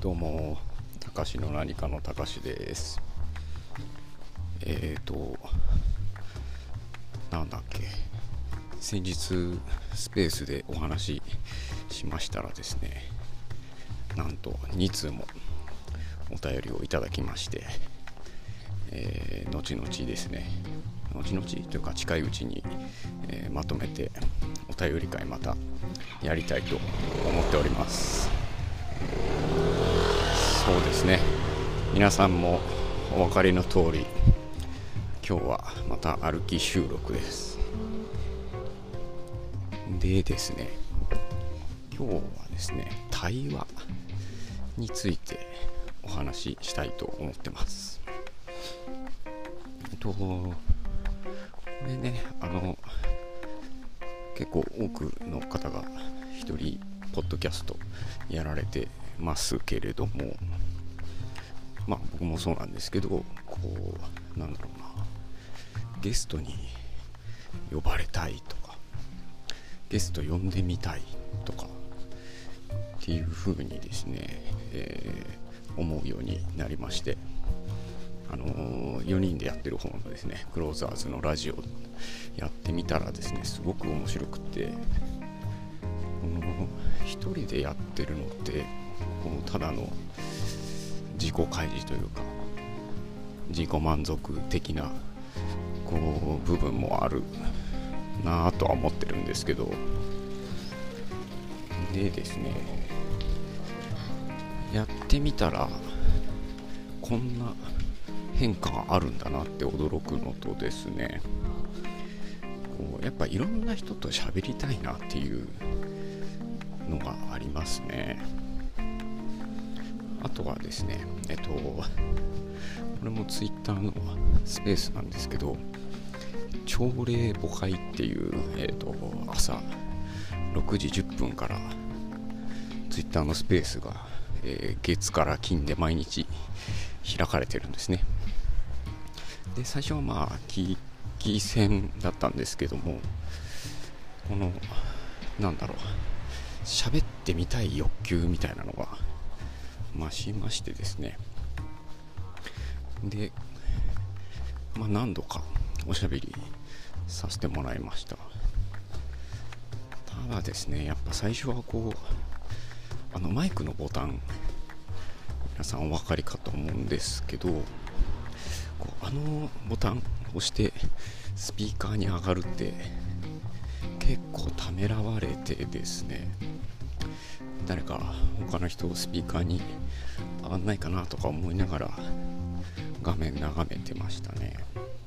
どうも、たかしの何かのたかしです。なんだっけ、先日スペースでお話ししましたらですね、なんと2通もお便りをいただきまして、後々ですね、後々というか近いうちに、まとめてお便り会またやりたいと思っております。そうですね、皆さんもお分かりの通り、今日はまた歩き収録です。でですね、今日はですね、対話についてお話ししたいと思ってます。これね、結構多くの方が一人ポッドキャストやられてますけれども、僕もそうなんですけど、ゲストに呼ばれたいとか、ゲスト呼んでみたいとかっていう風にですね、思うようになりまして、4人でやってる方のですね、クローザーズのラジオやってみたらですね、すごく面白くて、一人でやってるのってただの自己開示というか自己満足的な部分もあるなぁとは思ってるんですけど、でですね、やってみたらこんな変化があるんだなって驚くのとですね、やっぱいろんな人と喋りたいなっていうのがありますね。あとはですね、これもツイッターのスペースなんですけど、朝礼母会っていう、朝6時10分からツイッターのスペースが、月から金で毎日開かれてるんですね。で、最初は聞き戦だったんですけども、喋ってみたい欲求みたいなのが増しましてですね、で、何度かおしゃべりさせてもらいました。ただですね、やっぱ最初はマイクのボタン、皆さんお分かりかと思うんですけど、ボタンを押してスピーカーに上がるって結構ためらわれてですね、誰か他の人をスピーカーに上がんないかなとか思いながら画面眺めてましたね。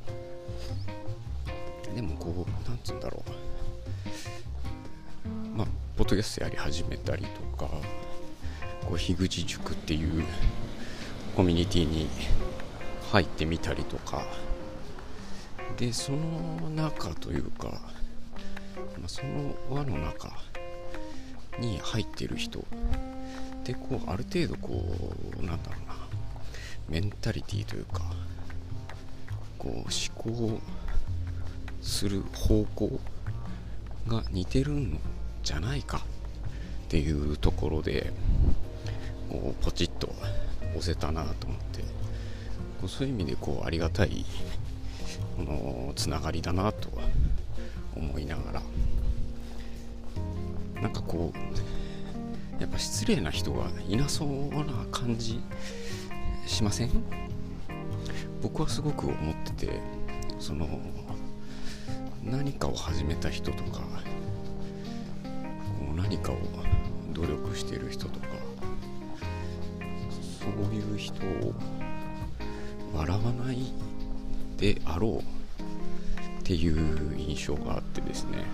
でもなんつうんだろう、ポッドキャストやり始めたりとか、樋口塾っていうコミュニティに入ってみたりとかで、その中というか、その輪の中に入っている人である程度メンタリティというか思考する方向が似てるんじゃないかっていうところでポチッと押せたなと思って、そういう意味でありがたいつながりだなと思いながら、やっぱ失礼な人がいなそうな感じしません？僕はすごく思ってて、何かを始めた人とか何かを努力している人とか、そういう人を笑わないであろうっていう印象があってですね、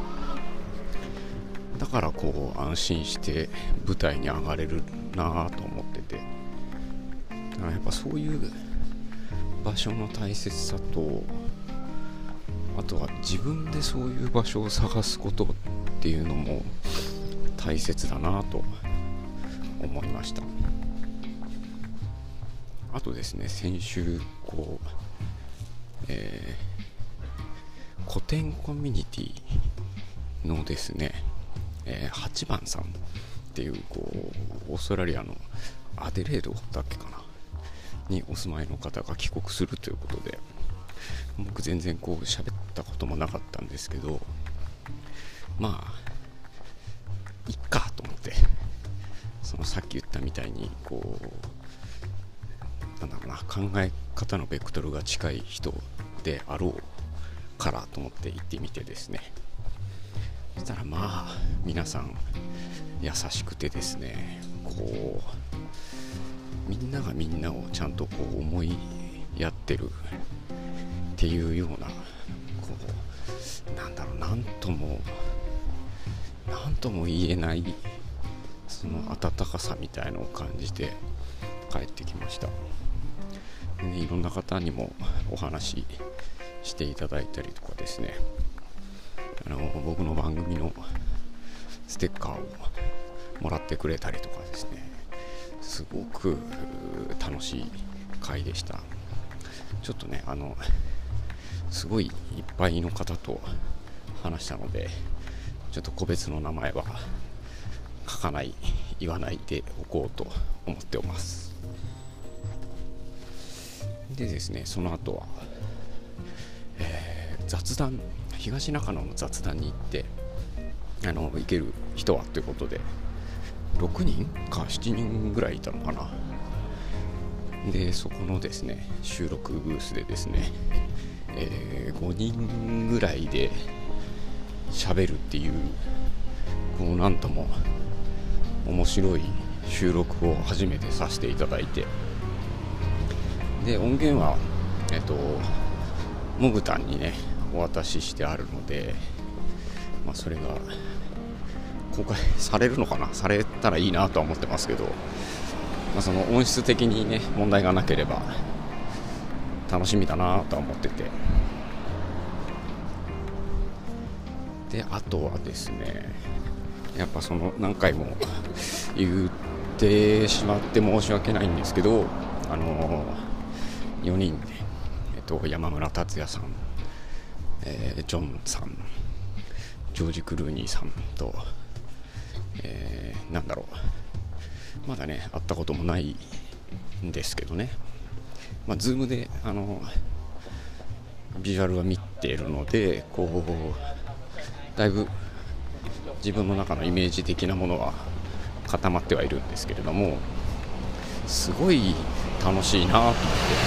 だから安心して舞台に上がれるなと思ってて、だからやっぱそういう場所の大切さと、あとは自分でそういう場所を探すことっていうのも大切だなと思いました。あとですね、先週古典コミュニティのですね、8番さんっていうオーストラリアのアデレードだっけかなにお住まいの方が帰国するということで、僕全然こう喋ったこともなかったんですけど、まあいっかと思って、そのさっき言ったみたいにこうなんだろうな、考え方のベクトルが近い人であろうからと思って行ってみてですね、そしたらまあ皆さん優しくてですね、こうみんながみんなをちゃんとこう思いやってるっていうような、こうなんだろう、なんとも言えないその温かさみたいのを感じて帰ってきました。で、いろんな方にもお話ししていただいたりとかですね、僕の番組のステッカーをもらってくれたりとかですね、すごく楽しい回でした。ちょっとね、すごいいっぱいの方と話したので、ちょっと個別の名前は言わないでおこうと思っておます。でですね、その後は、雑談、東中野の雑談に行って、行ける人はということで6人か7人ぐらいいたのかな。で、そこのですね収録ブースでですね、5人ぐらいで喋るっていう、こうなんとも面白い収録を初めてさせていただいて、で音源はモグタンにねお渡ししてあるので、まあ、それが公開されるのかな、されたらいいなとは思ってますけど、まあ、その音質的にね問題がなければ楽しみだなとは思ってて、であとはですね、やっぱその何回も言ってしまって申し訳ないんですけど、4人で、山村達也さん、ジョンさん、ジョージ・クルーニーさんと、なんだろう、まだね会ったこともないんですけどね、まあ、ズームでビジュアルは見ているので、こうだいぶ自分の中のイメージ的なものは固まってはいるんですけれども、すごい楽しいなと思って、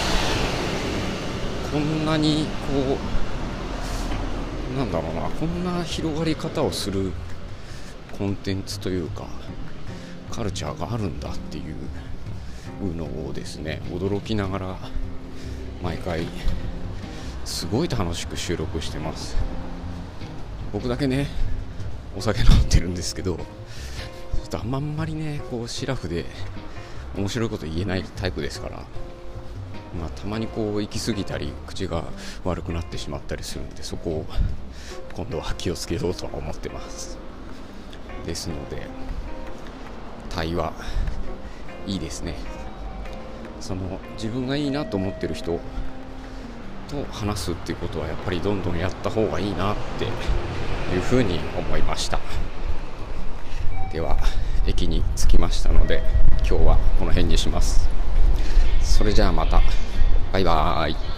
こんなにこうなんだろうな、こんな広がり方をするコンテンツというかカルチャーがあるんだっていうのをですね驚きながら毎回すごい楽しく収録してます。僕だけねお酒飲んでるんですけど、ちょっとあんまりねこうシラフで面白いこと言えないタイプですから、まあ、たまにこう行き過ぎたり口が悪くなってしまったりするんで、そこを今度は気をつけようとは思ってます。ですので対話いいですね。その自分がいいなと思ってる人と話すっていうことはやっぱりどんどんやった方がいいなっていうふうに思いました。では駅に着きましたので今日はこの辺にします。それじゃあまた、バイバーイ。